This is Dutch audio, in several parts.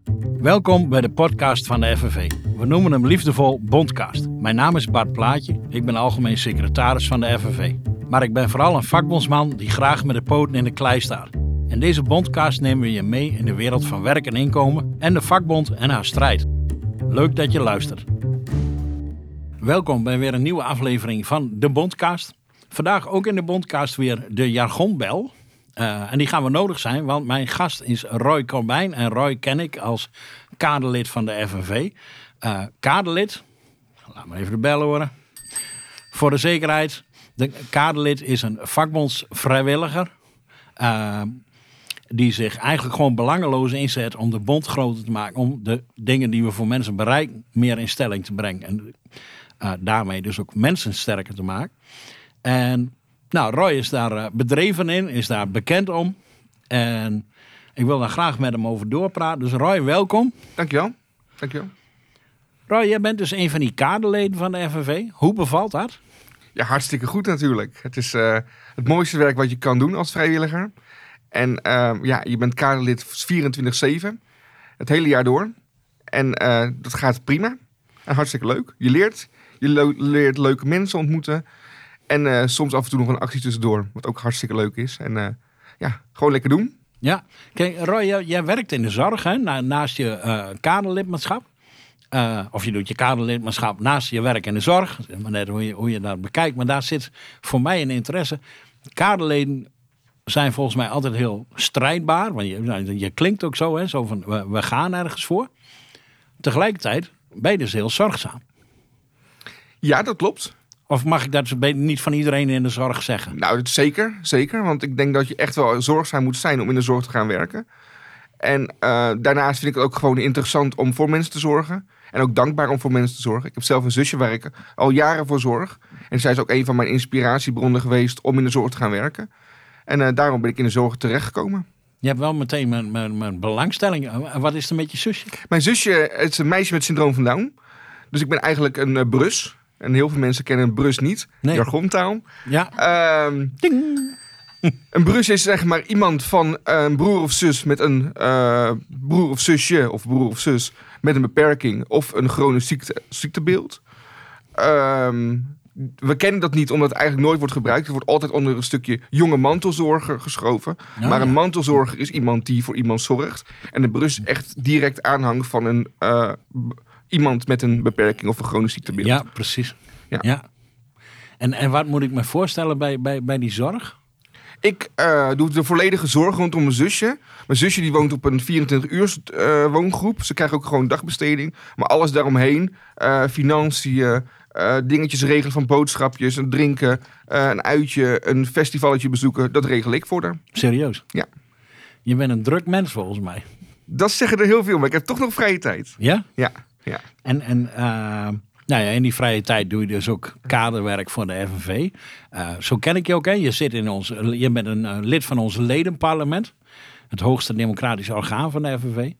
Welkom bij de podcast van de FNV. We noemen hem liefdevol Bondcast. Mijn naam is Bart Plaatje, ik ben algemeen secretaris van de FNV. Maar ik ben vooral een vakbondsman die graag met de poten in de klei staat. In deze Bondcast nemen we je mee in de wereld van werk en inkomen en de vakbond en haar strijd. Leuk dat je luistert. Welkom bij weer een nieuwe aflevering van de Bondcast. Vandaag ook in de Bondcast weer de jargonbel. En die gaan we nodig zijn, want mijn gast is Roy Corbijn. En Roy ken ik als kaderlid van de FNV. Kaderlid, laat maar even de bel horen. Voor de zekerheid, de kaderlid is een vakbondsvrijwilliger. Die zich eigenlijk gewoon belangeloos inzet om de bond groter te maken. Om de dingen die we voor mensen bereiken meer in stelling te brengen. En daarmee dus ook mensen sterker te maken. En nou, Roy is daar bedreven in, is daar bekend om. En ik wil daar graag met hem over doorpraten. Dus Roy, welkom. Dankjewel. Roy, jij bent dus een van die kaderleden van de FNV. Hoe bevalt dat? Ja, hartstikke goed natuurlijk. Het is het mooiste werk wat je kan doen als vrijwilliger. En je bent kaderlid 24/7. Het hele jaar door. En dat gaat prima. En hartstikke leuk. Je leert leuke mensen ontmoeten. En soms af en toe nog een actie tussendoor. Wat ook hartstikke leuk is. En gewoon lekker doen. Ja, kijk Roy, jij werkt in de zorg hè? Naast je kaderlidmaatschap. Of je doet je kaderlidmaatschap naast je werk in de zorg. Maar net hoe je dat bekijkt. Maar daar zit voor mij een interesse. Kaderleden zijn volgens mij altijd heel strijdbaar. Want je klinkt ook zo, hè? Zo van we gaan ergens voor. Tegelijkertijd ben je dus heel zorgzaam. Ja, dat klopt. Of mag ik dat niet van iedereen in de zorg zeggen? Nou, zeker. Want ik denk dat je echt wel zorgzaam moet zijn om in de zorg te gaan werken. En daarnaast vind ik het ook gewoon interessant om voor mensen te zorgen. En ook dankbaar om voor mensen te zorgen. Ik heb zelf een zusje waar ik al jaren voor zorg. En zij is ook een van mijn inspiratiebronnen geweest om in de zorg te gaan werken. En daarom ben ik in de zorg terechtgekomen. Je hebt wel meteen mijn belangstelling. Wat is er met je zusje? Mijn zusje is een meisje met syndroom van Down. Dus ik ben eigenlijk een brus. En heel veel mensen kennen een brus niet. Nee. Jargontaal. Ja. Ding. Een brus is zeg maar iemand van een broer of zus met een broer of zusje of broer of zus met een beperking of een chronisch ziektebeeld. We kennen dat niet omdat het eigenlijk nooit wordt gebruikt. Het wordt altijd onder een stukje jonge mantelzorger geschoven. Ja, maar een mantelzorger is iemand die voor iemand zorgt. En de brus is echt direct aanhang van een iemand met een beperking of een chronisch ziektebeeld. Ja, precies. Ja. En wat moet ik me voorstellen bij die zorg? Ik doe de volledige zorg rondom mijn zusje. Mijn zusje die woont op een 24-uurs woongroep. Ze krijgt ook gewoon dagbesteding. Maar alles daaromheen, financiën, dingetjes regelen van boodschapjes, een drinken, een uitje, een festivalletje bezoeken. Dat regel ik voor haar. Serieus? Ja. Je bent een druk mens volgens mij. Dat zeggen er heel veel, maar ik heb toch nog vrije tijd. Ja? Ja. En in die vrije tijd doe je dus ook kaderwerk voor de FNV. Zo ken ik je ook. Hè? Je bent een lid van ons ledenparlement. Het hoogste democratische orgaan van de FNV.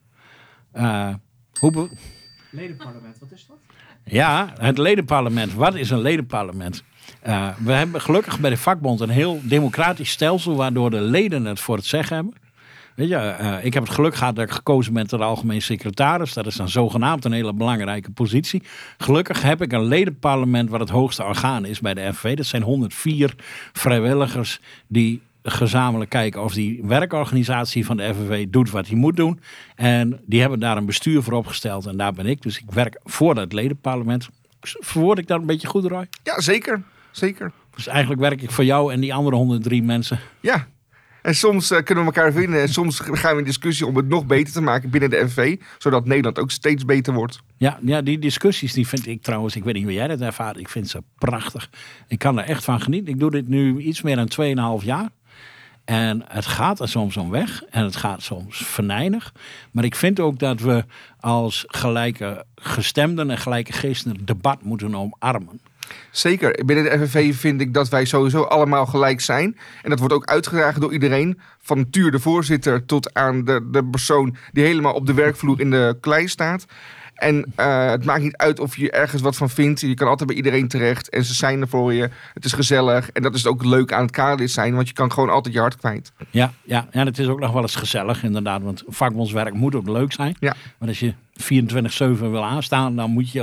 Ledenparlement, wat is dat? Ja, het ledenparlement. Wat is een ledenparlement? We hebben gelukkig bij de vakbond een heel democratisch stelsel waardoor de leden het voor het zeggen hebben. Weet je, ik heb het geluk gehad dat ik gekozen ben tot algemeen secretaris. Dat is dan zogenaamd een hele belangrijke positie. Gelukkig heb ik een ledenparlement wat het hoogste orgaan is bij de FNV. Dat zijn 104 vrijwilligers die gezamenlijk kijken of die werkorganisatie van de FNV doet wat hij moet doen. En die hebben daar een bestuur voor opgesteld en daar ben ik. Dus ik werk voor dat ledenparlement. Verwoord ik dat een beetje goed, Roy? Ja, zeker. Dus eigenlijk werk ik voor jou en die andere 103 mensen. Ja. En soms kunnen we elkaar vinden en soms gaan we in discussie om het nog beter te maken binnen de FNV. Zodat Nederland ook steeds beter wordt. Ja, die discussies die vind ik trouwens, ik weet niet hoe jij dat ervaart, ik vind ze prachtig. Ik kan er echt van genieten. Ik doe dit nu iets meer dan 2,5 jaar. En het gaat er soms om weg en het gaat soms venijnig. Maar ik vind ook dat we als gelijke gestemden en gelijke geesten het debat moeten omarmen. Zeker. Binnen de FNV vind ik dat wij sowieso allemaal gelijk zijn. En dat wordt ook uitgedragen door iedereen. Van Tuur de voorzitter tot aan de persoon die helemaal op de werkvloer in de klei staat. En het maakt niet uit of je ergens wat van vindt. Je kan altijd bij iedereen terecht. En ze zijn er voor je. Het is gezellig. En dat is ook leuk aan het kaderlid zijn. Want je kan gewoon altijd je hart kwijt. Ja, het is ook nog wel eens gezellig inderdaad. Want vakbondswerk moet ook leuk zijn. Ja. Maar als je 24/7 wil aanstaan, dan moet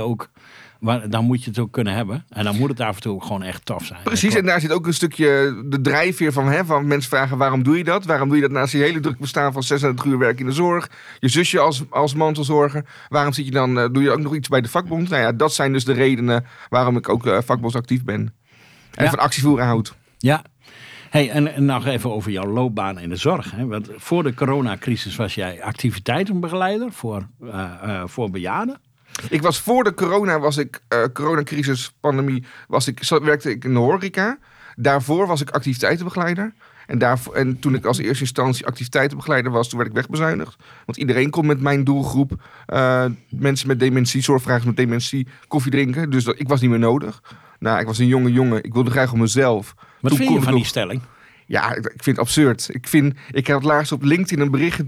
je het ook kunnen hebben. En dan moet het af en toe ook gewoon echt tof zijn. Precies, en daar zit ook een stukje de drijfveer van mensen vragen waarom doe je dat? Waarom doe je dat naast je hele druk bestaan van 36 uur werk in de zorg? Je zusje als mantelzorger. Waarom zit je dan, doe je ook nog iets bij de vakbond? Nou ja, dat zijn dus de redenen waarom ik ook vakbondsactief ben. En van actievoeren houd. Ja. Hey, en nog even over jouw loopbaan in de zorg. Hè? Want voor de coronacrisis was jij activiteitenbegeleider voor bejaarden. Ik was voor de coronacrisis, pandemie, werkte ik in de horeca. Daarvoor was ik activiteitenbegeleider. En toen ik als eerste instantie activiteitenbegeleider was, toen werd ik wegbezuinigd. Want iedereen kon met mijn doelgroep, mensen met dementie, zorgvragers met dementie, koffie drinken. Dus ik was niet meer nodig. Nou, ik was een jonge jongen. Ik wilde graag om mezelf. Wat vind je van die stelling? Ja, ik vind het absurd. Ik had laatst op LinkedIn een bericht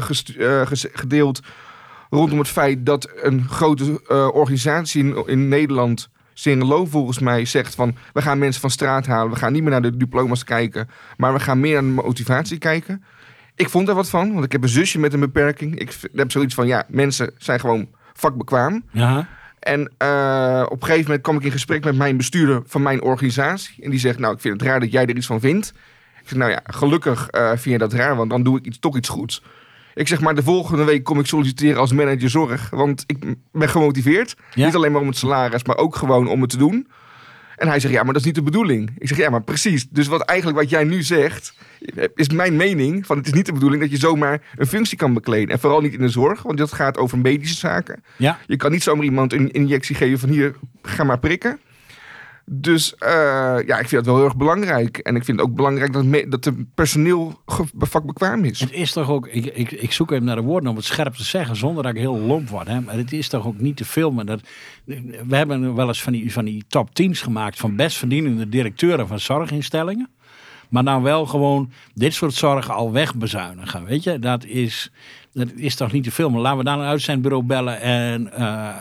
gedeeld rondom het feit dat een grote organisatie in Nederland, Singeloon volgens mij, zegt van we gaan mensen van straat halen. We gaan niet meer naar de diploma's kijken, maar we gaan meer naar de motivatie kijken. Ik vond er wat van, want ik heb een zusje met een beperking. Ik heb zoiets van, ja, mensen zijn gewoon vakbekwaam. Ja. En op een gegeven moment kwam ik in gesprek met mijn bestuurder van mijn organisatie. En die zegt, nou, ik vind het raar dat jij er iets van vindt. Ik zeg, nou ja, gelukkig vind je dat raar, want dan doe ik toch iets goeds. Ik zeg maar, de volgende week kom ik solliciteren als manager zorg. Want ik ben gemotiveerd. Ja. Niet alleen maar om het salaris, maar ook gewoon om het te doen. En hij zegt, ja, maar dat is niet de bedoeling. Ik zeg, ja, maar precies. Dus wat jij nu zegt, is mijn mening. Van het is niet de bedoeling dat je zomaar een functie kan bekleden. En vooral niet in de zorg, want dat gaat over medische zaken. Ja. Je kan niet zomaar iemand een injectie geven van hier, ga maar prikken. Dus ik vind dat wel heel erg belangrijk. En ik vind het ook belangrijk dat de personeel vakbekwaam is. Het is toch ook, ik zoek even naar de woorden om het scherp te zeggen, zonder dat ik heel lomp word. Hè? Maar het is toch ook niet te filmen. We hebben wel eens van die top 10's gemaakt van best verdienende directeuren van zorginstellingen. Maar nou wel gewoon dit soort zorgen al wegbezuinigen. Weet je, dat is toch niet te filmen. Laten we dan een uitzendbureau bellen en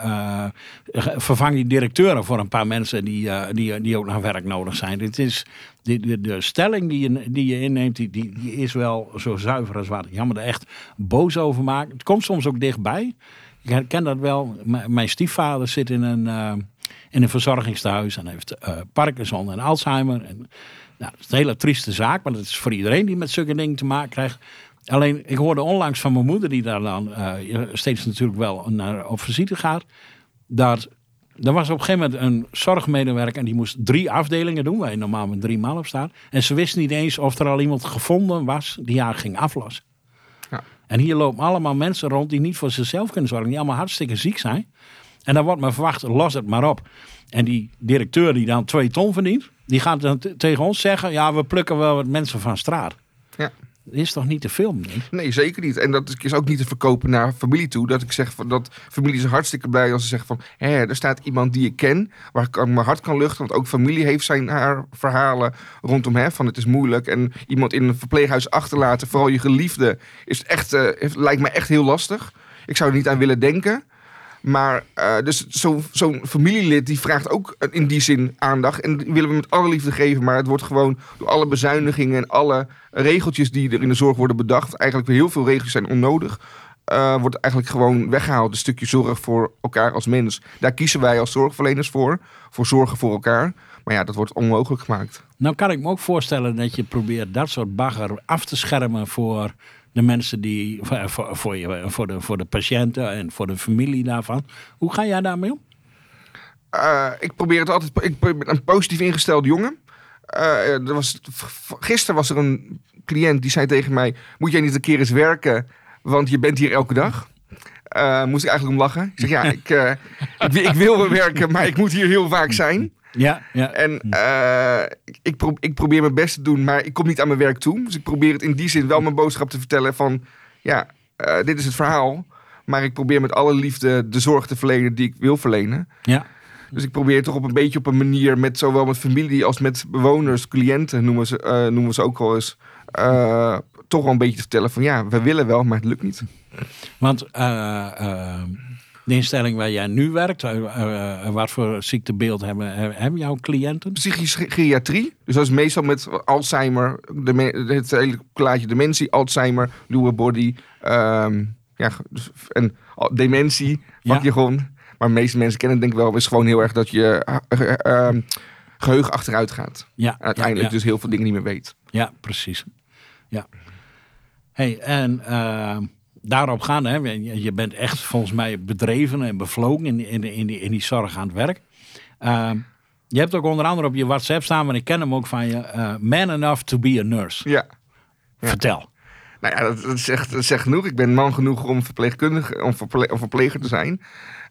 vervang die directeuren voor een paar mensen die ook naar werk nodig zijn. Dit is de stelling die je inneemt, die is wel zo zuiver als wat. Je kan me er echt boos over maken. Het komt soms ook dichtbij. Ik herken dat wel. Mijn stiefvader zit in een verzorgingstehuis en heeft Parkinson en Alzheimer. Nou, dat is een hele trieste zaak, maar dat is voor iedereen die met zulke dingen te maken krijgt. Alleen, ik hoorde onlangs van mijn moeder, die daar dan steeds natuurlijk wel op visite gaat, dat er was op een gegeven moment een zorgmedewerker en die moest 3 afdelingen doen, waar je normaal met 3 man op staat. En ze wist niet eens of er al iemand gevonden was die haar ging aflossen. Ja. En hier lopen allemaal mensen rond die niet voor zichzelf kunnen zorgen, die allemaal hartstikke ziek zijn. En dan wordt men verwacht, los het maar op. En die directeur die dan 2 ton verdient, die gaat dan tegen ons zeggen, ja, we plukken wel wat mensen van straat. Ja. Dat is toch niet te filmen? Nee, zeker niet. En dat is ook niet te verkopen naar familie toe. Dat ik zeg dat familie is hartstikke blij als ze zeggen van, er staat iemand die ik ken, waar ik mijn hart kan luchten. Want ook familie heeft haar verhalen rondom van het is moeilijk. En iemand in een verpleeghuis achterlaten, vooral je geliefde, is echt, lijkt mij echt heel lastig. Ik zou er niet aan willen denken. Maar dus zo'n familielid die vraagt ook in die zin aandacht. En die willen we met alle liefde geven. Maar het wordt gewoon door alle bezuinigingen en alle regeltjes die er in de zorg worden bedacht. Eigenlijk heel veel regels zijn onnodig. Wordt eigenlijk gewoon weggehaald. Een stukje zorg voor elkaar als mens. Daar kiezen wij als zorgverleners voor. Voor zorgen voor elkaar. Maar ja, dat wordt onmogelijk gemaakt. Nou kan ik me ook voorstellen dat je probeert dat soort bagger af te schermen voor de mensen die, voor de patiënten en voor de familie daarvan. Hoe ga jij daarmee om? Ik probeer het altijd. Ik ben een positief ingesteld jongen. Gisteren was er een cliënt die zei tegen mij, moet jij niet een keer eens werken, want je bent hier elke dag. Moest ik eigenlijk om lachen. Ik zeg, ja, ik wil wel werken, maar ik moet hier heel vaak zijn. Ja. En ik probeer mijn best te doen, maar ik kom niet aan mijn werk toe. Dus ik probeer het in die zin wel mijn boodschap te vertellen van, ja, dit is het verhaal. Maar ik probeer met alle liefde de zorg te verlenen die ik wil verlenen. Ja. Dus ik probeer toch op een manier met zowel met familie als met bewoners, cliënten noemen we ze ook wel eens, toch wel een beetje te vertellen van, ja, we willen wel, maar het lukt niet. Want De instelling waar jij nu werkt, wat voor ziektebeeld hebben jouw cliënten? Psychische geriatrie. Dus dat is meestal met Alzheimer, het hele plaatje dementie, Alzheimer, Lewy body, en dementie, vakjargon. Maar de meeste mensen kennen het denk ik wel, is gewoon heel erg dat je geheugen achteruit gaat. Ja, en uiteindelijk dus heel veel dingen niet meer weet. Ja, precies. Ja. Hey, en daarop gaan, hè, je bent echt volgens mij bedreven en bevlogen in die zorg aan het werk. Je hebt ook onder andere op je WhatsApp staan, maar ik ken hem ook van je, man enough to be a nurse. Ja. Vertel. Nou ja, dat zegt genoeg. Ik ben man genoeg om verpleger te zijn.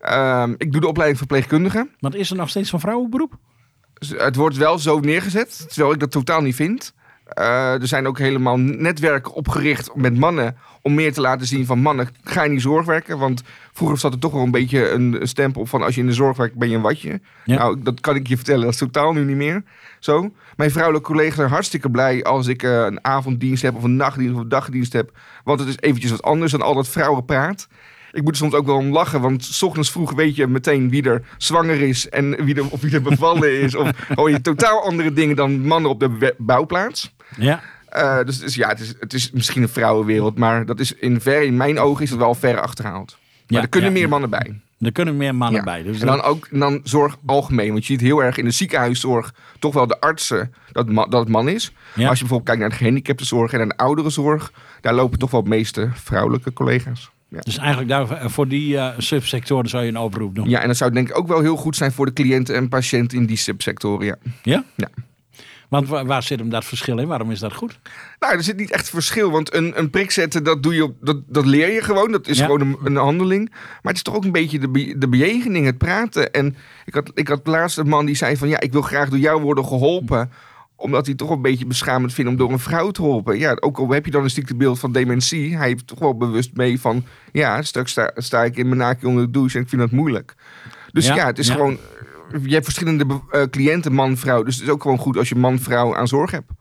Ik doe de opleiding verpleegkundige. Want is er nog steeds een vrouwenberoep? Het wordt wel zo neergezet, terwijl ik dat totaal niet vind. Er zijn ook helemaal netwerken opgericht met mannen om meer te laten zien van mannen, ga je niet zorg werken. Want vroeger zat er toch wel een beetje een stempel op van als je in de zorg werkt ben je een watje. Ja. Nou, dat kan ik je vertellen, dat is totaal nu niet meer zo. Mijn vrouwelijke collega's zijn hartstikke blij als ik een avonddienst heb of een nachtdienst of een dagdienst heb. Want het is eventjes wat anders dan al dat vrouwenpraat. Ik moet er soms ook wel om lachen, want 's ochtends vroeg weet je meteen wie er zwanger is en wie er bevallen is. Of hoor je totaal andere dingen dan mannen op de bouwplaats. Ja. Dus ja, het is misschien een vrouwenwereld, maar dat is in mijn ogen is dat wel ver achterhaald. Maar er kunnen meer mannen bij. Er kunnen meer mannen bij. Dus en dan zorg algemeen. Want je ziet heel erg in de ziekenhuiszorg toch wel de artsen dat het man is. Ja. Maar als je bijvoorbeeld kijkt naar de gehandicaptenzorg en naar de ouderenzorg, daar lopen toch wel de meeste vrouwelijke collega's. Ja. Dus eigenlijk voor die subsectoren zou je een oproep doen? Ja, en dat zou denk ik ook wel heel goed zijn voor de cliënten en patiënten in die subsectoren, ja. Ja? Ja. Want waar zit hem dat verschil in? Waarom is dat goed? Nou, er zit niet echt verschil. Want een prik zetten, dat leer je gewoon. Dat is gewoon een handeling. Maar het is toch ook een beetje de bejegening, het praten. En ik had laatst een man die zei van, ja, ik wil graag door jou worden geholpen. Omdat hij toch een beetje beschamend vindt om door een vrouw te helpen. Ja, ook al heb je dan een ziektebeeld van dementie. Hij heeft toch wel bewust mee van, ja, straks sta ik in mijn naakje onder de douche en ik vind dat moeilijk. Dus ja het is gewoon, je hebt verschillende cliënten, man, vrouw. Dus het is ook gewoon goed als je man, vrouw aan zorg hebt.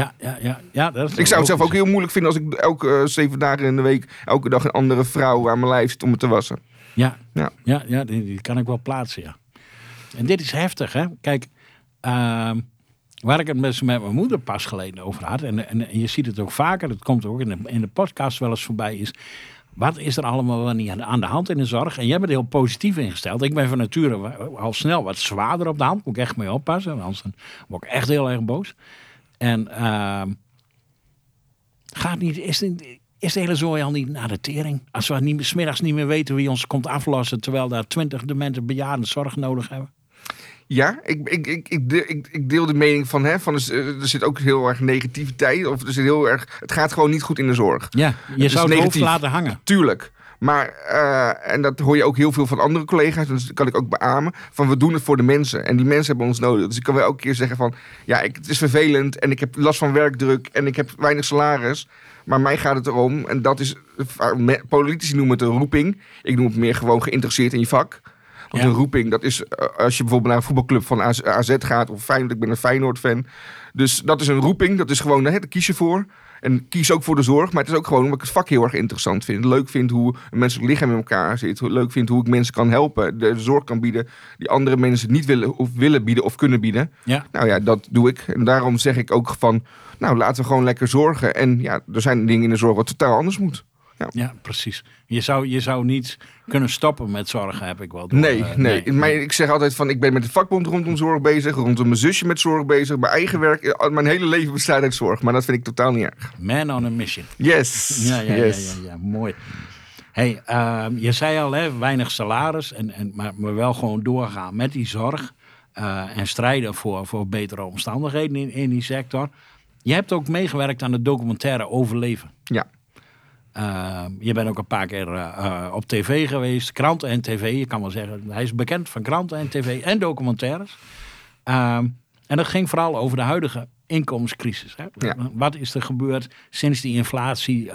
Ja, dat is ik zou het zelf ook heel moeilijk vinden als ik elke 7 dagen in de week elke dag een andere vrouw aan mijn lijf zit om me te wassen. Ja, die kan ik wel plaatsen, ja. En dit is heftig, hè. Kijk, waar ik het met mijn moeder pas geleden over had, en je ziet het ook vaker, dat komt ook in de podcast wel eens voorbij, is wat is er allemaal wel niet aan de hand in de zorg? En jij bent heel positief ingesteld. Ik ben van nature al snel wat zwaarder op de hand. Moet ik echt mee oppassen, anders dan word ik echt heel erg boos. En is de hele zooi al niet naar de tering? Als we 's middags niet meer weten wie ons komt aflossen, terwijl daar 20 demente bejaarden zorg nodig hebben. Ja, ik deel de mening van er zit ook heel erg negativiteit. Of er zit heel erg, het gaat gewoon niet goed in de zorg. Ja, je zou het hoofd laten hangen. Tuurlijk. Maar, en dat hoor je ook heel veel van andere collega's. Dus dat kan ik ook beamen. Van we doen het voor de mensen. En die mensen hebben ons nodig. Dus ik kan wel elke keer zeggen van, ja, het is vervelend. En ik heb last van werkdruk. En ik heb weinig salaris. Maar mij gaat het erom. En dat is, politici noemen het een roeping. Ik noem het meer gewoon geïnteresseerd in je vak. Want een roeping, dat is als je bijvoorbeeld naar een voetbalclub van AZ gaat of Feyenoord, ik ben een Feyenoord-fan. Dus dat is een roeping, dat is gewoon, daar kies je voor. En kies ook voor de zorg, maar het is ook gewoon omdat ik het vak heel erg interessant vind. Leuk vind hoe een menselijk lichaam in elkaar zit. Leuk vind hoe ik mensen kan helpen, de zorg kan bieden die andere mensen niet willen bieden of kunnen bieden. Ja. Nou ja, dat doe ik. En daarom zeg ik ook van, nou laten we gewoon lekker zorgen. En ja, er zijn dingen in de zorg wat totaal anders moet. Ja, precies. Je zou niet kunnen stoppen met zorgen, heb ik wel door. Nee. Maar ik zeg altijd van, ik ben met de vakbond rondom zorg bezig, rondom mijn zusje met zorg bezig, mijn eigen werk, mijn hele leven bestaat uit zorg. Maar dat vind ik totaal niet erg. Man on a mission. Yes. Ja, mooi. Hey, je zei al, weinig salaris, maar wel gewoon doorgaan met die zorg en strijden voor betere omstandigheden in die sector. Je hebt ook meegewerkt aan de documentaire Overleven. Ja. Je bent ook een paar keer op tv geweest, kranten en tv. Je kan wel zeggen, hij is bekend van kranten en tv en documentaires. En dat ging vooral over de huidige inkomenscrisis. Hè? Ja. Wat is er gebeurd sinds die inflatie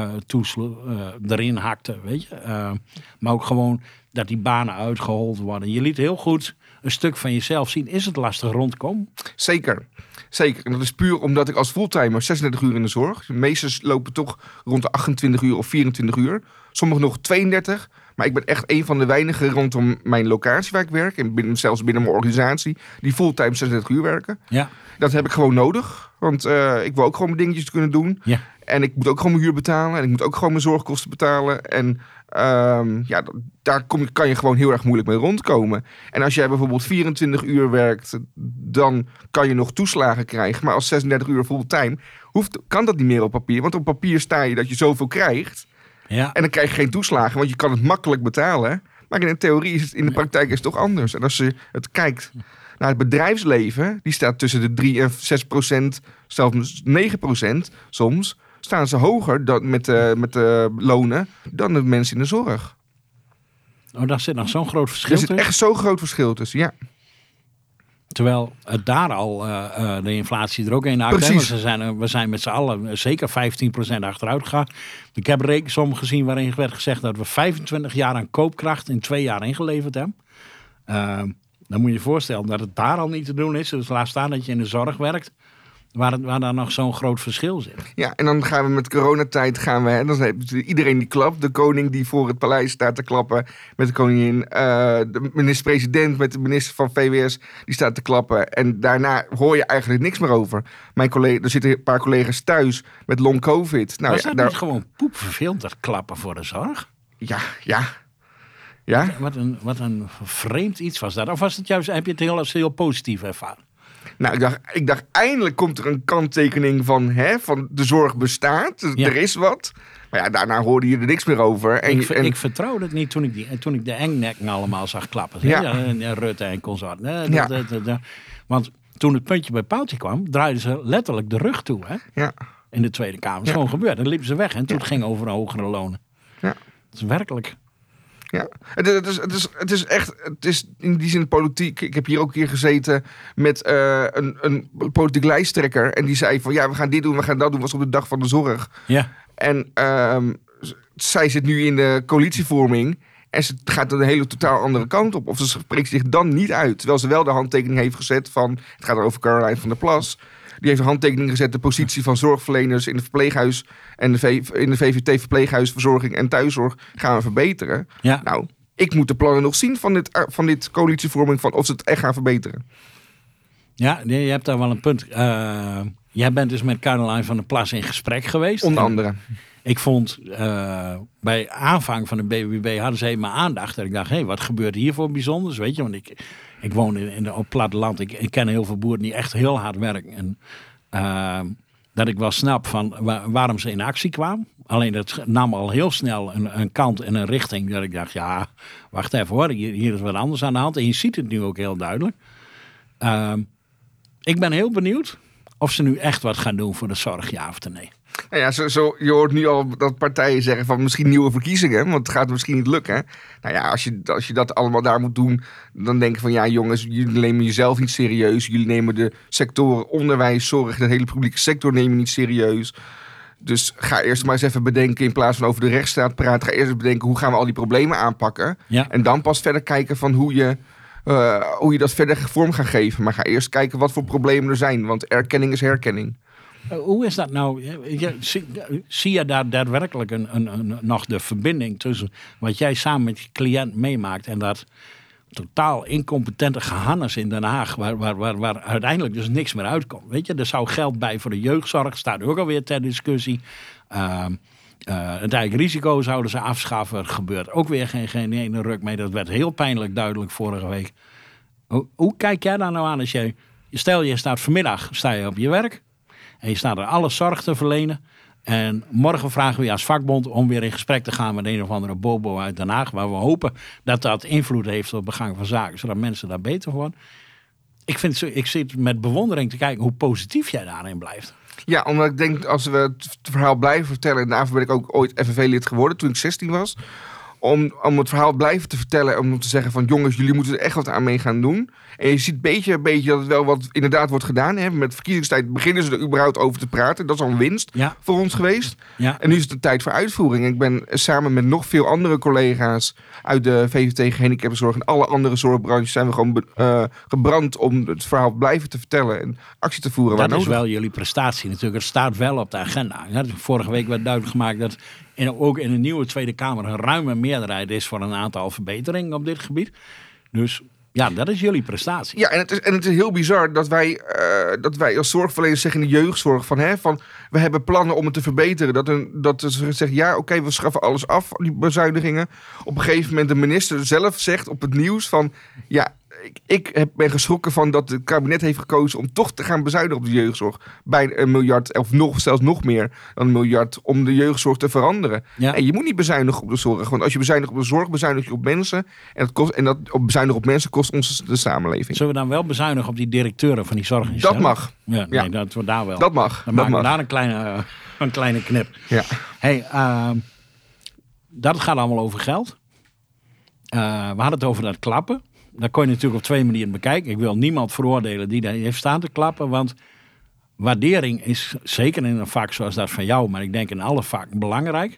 erin hakte, weet je? Maar ook gewoon dat die banen uitgehold worden. Je liet heel goed een stuk van jezelf zien. Is het lastig rondkomen? Zeker. En dat is puur omdat ik als fulltimer 36 uur in de zorg. De meesten lopen toch rond de 28 uur of 24 uur. Sommigen nog 32. Maar Maar ik ben echt een van de weinigen rondom mijn locatie waar ik werk. En zelfs binnen mijn organisatie. Die fulltime 36 uur werken. Ja. Dat heb ik gewoon nodig. Want ik wil ook gewoon mijn dingetjes kunnen doen. Ja. En ik moet ook gewoon mijn huur betalen. En ik moet ook gewoon mijn zorgkosten betalen. En daar kan je gewoon heel erg moeilijk mee rondkomen. En als jij bijvoorbeeld 24 uur werkt, dan kan je nog toeslagen krijgen. Maar als 36 uur fulltime kan dat niet meer op papier. Want op papier sta je dat je zoveel krijgt. Ja. En dan krijg je geen toeslagen, want je kan het makkelijk betalen. Maar in de theorie is het, in de praktijk is het toch anders. En als je het kijkt naar het bedrijfsleven, die staat tussen de 3 en 6%, zelfs 9% soms, staan ze hoger met de lonen dan de mensen in de zorg. Oh, daar zit nog zo'n groot verschil Er zit tussen. echt zo'n groot verschil tussen, ja. Terwijl daar al de inflatie er ook in hakt. Precies. We zijn met z'n allen zeker 15% achteruit gegaan. Ik heb rekensommen gezien waarin werd gezegd dat we 25 jaar aan koopkracht in 2 jaar ingeleverd hebben. Dan moet je je voorstellen dat het daar al niet te doen is. Dus laat staan dat je in de zorg werkt. Waar daar nog zo'n groot verschil zit. Ja, en dan gaan we met coronatijd dan heb je iedereen die klapt. De koning die voor het paleis staat te klappen met de koningin. De minister-president met de minister van VWS die staat te klappen. En daarna hoor je eigenlijk niks meer over. Er zitten een paar collega's thuis met long covid. Nou, Was dat niet gewoon poepvervelend, dat klappen voor de zorg? Ja. Wat een vreemd iets was dat. Of was het juist, heb je het heel positief ervaren? Nou, ik dacht, eindelijk komt er een kanttekening van de zorg bestaat. Dus Ja. er is wat. Maar ja, daarna hoorde je er niks meer over. Ik vertrouwde het niet toen ik de engnekken allemaal zag klappen. Ja. En Rutte en consort. Want toen het puntje bij paaltje kwam, draaiden ze letterlijk de rug toe. Hè? Ja. In de Tweede Kamer. Dat is gewoon gebeurd. Dan liepen ze weg en toen het ging over hogere lonen. Ja. Dat is werkelijk. Ja, het is echt, het is in die zin politiek. Ik heb hier ook een keer gezeten met een politiek lijsttrekker. En die zei van, ja, we gaan dit doen, we gaan dat doen. Was op de dag van de zorg. Ja. En zij zit nu in de coalitievorming. En ze gaat een hele totaal andere kant op. Of ze spreekt zich dan niet uit. Terwijl ze wel de handtekening heeft gezet van, het gaat over Caroline van der Plas. Die heeft een handtekening gezet, de positie van zorgverleners in het verpleeghuis en in de VVT verpleeghuisverzorging en thuiszorg gaan we verbeteren. Ja. Nou, ik moet de plannen nog zien van dit coalitievorming, van of ze het echt gaan verbeteren. Ja, je hebt daar wel een punt. Jij bent dus met Caroline van der Plas in gesprek geweest. Onder andere. Ik vond bij aanvang van de BBB hadden ze even mijn aandacht. En ik dacht, hé, wat gebeurt hier voor bijzonders? Weet je, want ik woon op het platteland. Ik ken heel veel boeren die echt heel hard werken. En dat ik wel snap van waarom ze in actie kwamen. Alleen dat nam al heel snel een kant en een richting. Dat ik dacht, ja, wacht even hoor. Hier is wat anders aan de hand. En je ziet het nu ook heel duidelijk. Ik ben heel benieuwd of ze nu echt wat gaan doen voor de zorg, ja of nee. Nou ja, je hoort nu al dat partijen zeggen van misschien nieuwe verkiezingen, want het gaat misschien niet lukken. Nou ja, als je dat allemaal daar moet doen, dan denk ik van ja jongens, jullie nemen jezelf niet serieus. Jullie nemen de sectoren onderwijs, zorg, de hele publieke sector nemen niet serieus. Dus ga eerst maar eens even bedenken, in plaats van over de rechtsstaat praten, ga eerst eens bedenken hoe gaan we al die problemen aanpakken. Ja. En dan pas verder kijken van hoe je dat verder vorm gaat geven. Maar ga eerst kijken wat voor problemen er zijn, want erkenning is herkenning. Hoe is dat nou? Zie je daar daadwerkelijk nog de verbinding tussen wat jij samen met je cliënt meemaakt en dat totaal incompetente gehannes in Den Haag, waar uiteindelijk dus niks meer uitkomt? Weet je, er zou geld bij voor de jeugdzorg, staat ook alweer ter discussie. Het eigen risico zouden ze afschaffen. Er gebeurt ook weer geen ene ruk mee. Dat werd heel pijnlijk duidelijk vorige week. Hoe kijk jij daar nou aan als stel je staat vanmiddag op je werk en je staat er alle zorg te verlenen. En morgen vragen we je als vakbond om weer in gesprek te gaan met een of andere bobo uit Den Haag. Waar we hopen dat dat invloed heeft op de gang van zaken. Zodat mensen daar beter worden. Ik zit met bewondering te kijken hoe positief jij daarin blijft. Ja, omdat ik denk als we het verhaal blijven vertellen. En daarvoor ben ik ook ooit FNV-lid geworden toen ik 16 was. Om het verhaal blijven te vertellen. Om te zeggen van jongens, jullie moeten er echt wat aan mee gaan doen. En je ziet beetje dat het wel wat inderdaad wordt gedaan. Hè. Met verkiezingstijd beginnen ze er überhaupt over te praten. Dat is al een winst voor ons geweest. Ja. En nu is het de tijd voor uitvoering. En ik ben samen met nog veel andere collega's uit de VVT gehandicaptenzorg en alle andere zorgbranches zijn we gewoon gebrand om het verhaal blijven te vertellen en actie te voeren. Dat is wel jullie prestatie natuurlijk. Het staat wel op de agenda. Vorige week werd duidelijk gemaakt dat en ook in de nieuwe Tweede Kamer een ruime meerderheid is voor een aantal verbeteringen op dit gebied. Dus ja, dat is jullie prestatie. Ja, en het is heel bizar dat wij als zorgverleners zeggen in de jeugdzorg van we hebben plannen om het te verbeteren. Dat ze zeggen, ja, oké, we schaffen alles af, die bezuinigingen. Op een gegeven moment de minister zelf zegt op het nieuws van, ja, ik ben geschrokken van dat het kabinet heeft gekozen om toch te gaan bezuinigen op de jeugdzorg. Bij $1 miljard, of zelfs nog meer dan $1 miljard, om de jeugdzorg te veranderen. Ja. En je moet niet bezuinigen op de zorg. Want als je bezuinigt op de zorg, bezuinig je op mensen. En dat bezuinigen op mensen kost ons de samenleving. Zullen we dan wel bezuinigen op die directeuren van die zorginstellingen? Dat mag. Ja, nee, Ja. dat we daar wel. Dat mag. Dan Dat maken we mag. daar een kleine knip. Ja. Hey, dat gaat allemaal over geld. We hadden het over dat klappen. Dat kon je natuurlijk op 2 manieren bekijken. Ik wil niemand veroordelen die daar heeft staan te klappen. Want waardering is zeker in een vak zoals dat van jou, maar ik denk in alle vakken belangrijk.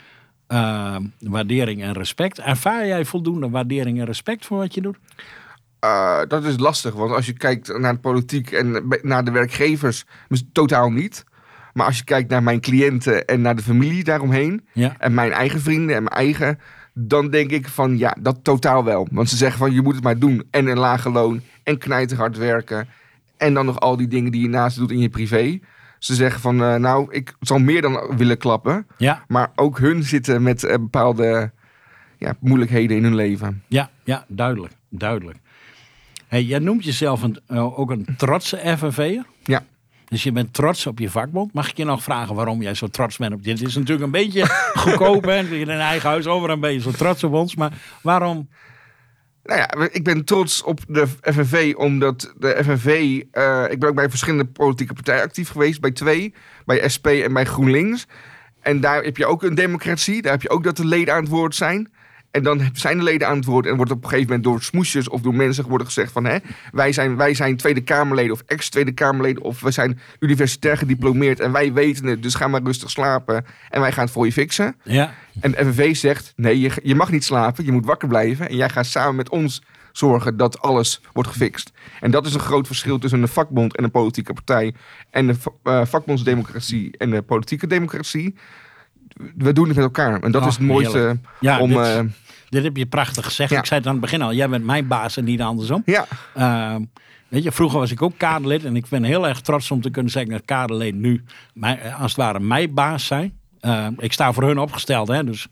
Waardering en respect. Ervaar jij voldoende waardering en respect voor wat je doet? Dat is lastig, want als je kijkt naar de politiek en naar de werkgevers, totaal niet. Maar als je kijkt naar mijn cliënten en naar de familie daaromheen, Ja. en mijn eigen vrienden en mijn eigen, dan denk ik van ja, dat totaal wel. Want ze zeggen van je moet het maar doen en een lage loon en knijterhard werken en dan nog al die dingen die je naast doet in je privé. Ze zeggen van ik zal meer dan willen klappen, Ja, maar ook hun zitten met bepaalde moeilijkheden in hun leven. ja, duidelijk. Hey, jij noemt jezelf ook een trotse FNV'er. Ja. Dus je bent trots op je vakbond. Mag ik je nog vragen waarom jij zo trots bent op dit? Het is natuurlijk een beetje goedkoop, hè? In een eigen huis over een beetje zo trots op ons. Maar waarom? Nou ja, ik ben trots op de FNV, omdat de FNV... ik ben ook bij verschillende politieke partijen actief geweest. Bij 2, bij SP en bij GroenLinks. En daar heb je ook een democratie. Daar heb je ook dat de leden aan het woord zijn. En dan zijn de leden aan het woord en wordt op een gegeven moment door smoesjes of door mensen worden gezegd van wij zijn Tweede Kamerleden of ex-Tweede Kamerleden of we zijn universitair gediplomeerd en wij weten het, dus ga maar rustig slapen en wij gaan het voor je fixen. Ja, En de FNV zegt nee, je mag niet slapen, je moet wakker blijven en jij gaat samen met ons zorgen dat alles wordt gefixt. En dat is een groot verschil tussen een vakbond en een politieke partij en de vakbondsdemocratie en de politieke democratie. We doen het met elkaar. En dat is het mooiste heerlijk. Ja, om... dit heb je prachtig gezegd. Ja. Ik zei het aan het begin al. Jij bent mijn baas en niet andersom. ja, Weet je, vroeger was ik ook kaderlid. En ik ben heel erg trots om te kunnen zeggen dat kaderleden nu als het ware mijn baas zijn. Ik sta voor hun opgesteld. Hè, dus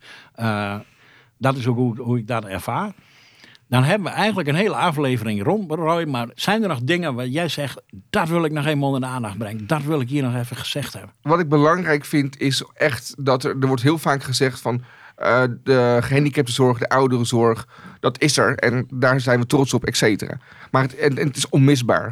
dat is ook hoe ik dat ervaar. Dan hebben we eigenlijk een hele aflevering rond, Roy. Maar zijn er nog dingen waar jij zegt, dat wil ik nog even onder de aandacht brengen. Dat wil ik hier nog even gezegd hebben. wat ik belangrijk vind is echt dat er wordt heel vaak gezegd van de gehandicaptenzorg, de ouderenzorg, dat is er en daar zijn we trots op, et cetera. Maar het is onmisbaar.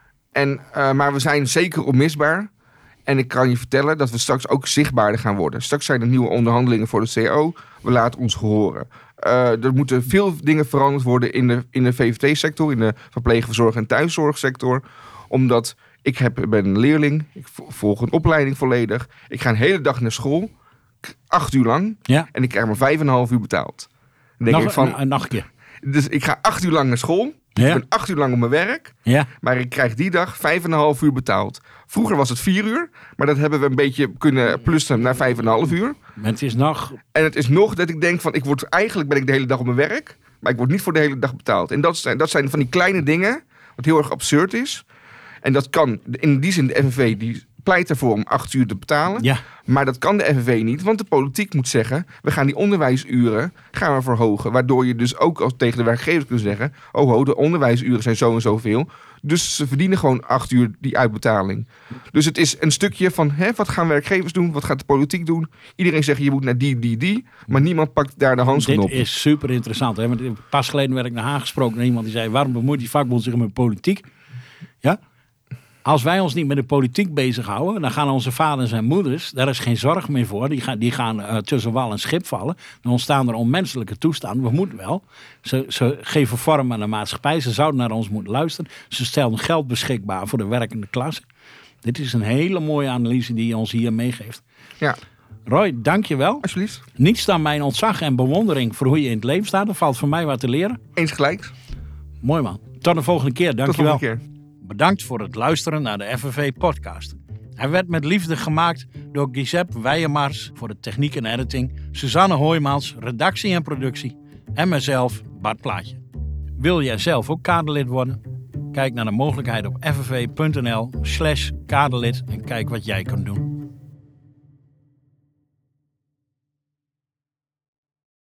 Maar we zijn zeker onmisbaar. En ik kan je vertellen dat we straks ook zichtbaarder gaan worden. Straks zijn er nieuwe onderhandelingen voor de CO. We laten ons horen. Er moeten veel dingen veranderd worden in de VVT-sector, in de verpleegverzorg- en thuiszorgsector. Omdat ik ben een leerling, ik volg een opleiding volledig. Ik ga een hele dag naar school, 8 uur lang, Ja. en ik krijg maar 5,5 uur betaald. Dan denk ik van, nog een keer. dus ik ga 8 uur lang naar school, Ja. ik ben 8 uur lang op mijn werk, Ja. maar ik krijg die dag 5,5 uur betaald. Vroeger was het 4 uur, maar dat hebben we een beetje kunnen plussen naar 5,5 uur. Maar het is nog... En het is nog dat ik denk van, eigenlijk ben ik de hele dag op mijn werk, maar ik word niet voor de hele dag betaald. En dat zijn van die kleine dingen, wat heel erg absurd is. En dat kan, in die zin de FNV, die pleit ervoor om 8 uur te betalen. Ja. Maar dat kan de FNV niet, want de politiek moet zeggen, we gaan die onderwijsuren verhogen. Waardoor je dus ook tegen de werkgevers kunt zeggen, de onderwijsuren zijn zo en zoveel. Dus ze verdienen gewoon 8 uur die uitbetaling. Dus het is een stukje van, wat gaan werkgevers doen? Wat gaat de politiek doen? Iedereen zegt, je moet naar die. Maar niemand pakt daar de handschoen Dit op. is super interessant. Hè? Want pas geleden werd ik naar Haag gesproken door iemand die zei, waarom bemoeit die vakbond zich met politiek? Ja? Als wij ons niet met de politiek bezighouden, dan gaan onze vaders en moeders, daar is geen zorg meer voor. Die gaan tussen wal en schip vallen. Dan ontstaan er onmenselijke toestanden. We moeten wel. Ze geven vorm aan de maatschappij. Ze zouden naar ons moeten luisteren. Ze stellen geld beschikbaar voor de werkende klasse. Dit is een hele mooie analyse die je ons hier meegeeft. Ja, Roy, dank je wel. alsjeblieft. Niets dan mijn ontzag en bewondering voor hoe je in het leven staat. Er valt voor mij wat te leren. Eens gelijk. Mooi man. Tot de volgende keer. Dank Tot je de wel. volgende keer. Bedankt voor het luisteren naar de FNV podcast. Hij werd met liefde gemaakt door Giuseppe Weijemars voor de techniek en editing, Suzanne Hoijmans, redactie en productie en mezelf, Bart Plaatje. Wil jij zelf ook kaderlid worden? Kijk naar de mogelijkheid op ffv.nl/kaderlid en kijk wat jij kunt doen.